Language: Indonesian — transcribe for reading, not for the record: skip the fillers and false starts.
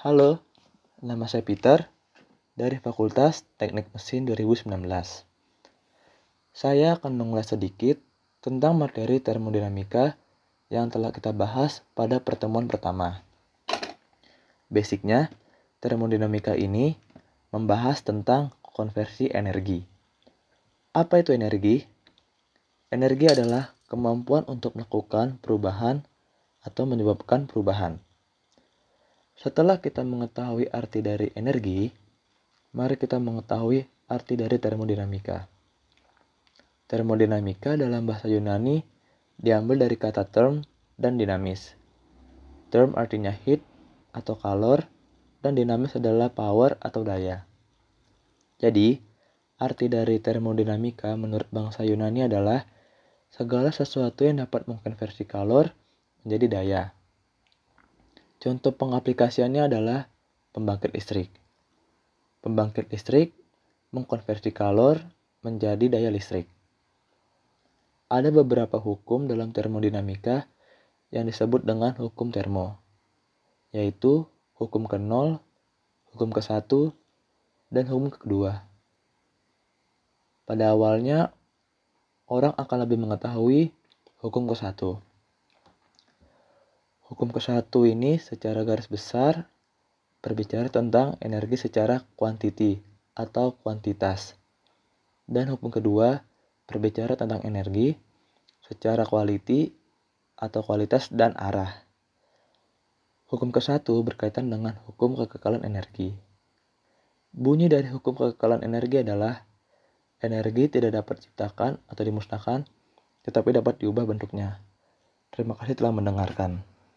Halo, nama saya Peter dari Fakultas Teknik Mesin 2019. Saya akan mengulas sedikit tentang materi termodinamika yang telah kita bahas pada pertemuan pertama. Basicnya, termodinamika ini membahas tentang konversi energi. Apa itu energi? Energi adalah kemampuan untuk melakukan perubahan atau menyebabkan perubahan. Setelah kita mengetahui arti dari energi, mari kita mengetahui arti dari termodinamika. Termodinamika dalam bahasa Yunani diambil dari kata term dan dinamis. Term artinya heat atau kalor, dan dinamis adalah power atau daya. Jadi, arti dari termodinamika menurut bangsa Yunani adalah segala sesuatu yang dapat mengkonversi kalor menjadi daya. Contoh pengaplikasiannya adalah pembangkit listrik. Pembangkit listrik mengkonversi kalor menjadi daya listrik. Ada beberapa hukum dalam termodinamika yang disebut dengan hukum termo, yaitu hukum ke-0, hukum ke-1, dan hukum ke-2. Pada awalnya, orang akan lebih mengetahui hukum ke-1. Hukum ke-1 ini secara garis besar berbicara tentang energi secara quantity atau kuantitas. Dan hukum kedua berbicara tentang energi secara quality atau kualitas dan arah. Hukum ke-1 berkaitan dengan hukum kekekalan energi. Bunyi dari hukum kekekalan energi adalah energi tidak dapat diciptakan atau dimusnahkan, tetapi dapat diubah bentuknya. Terima kasih telah mendengarkan.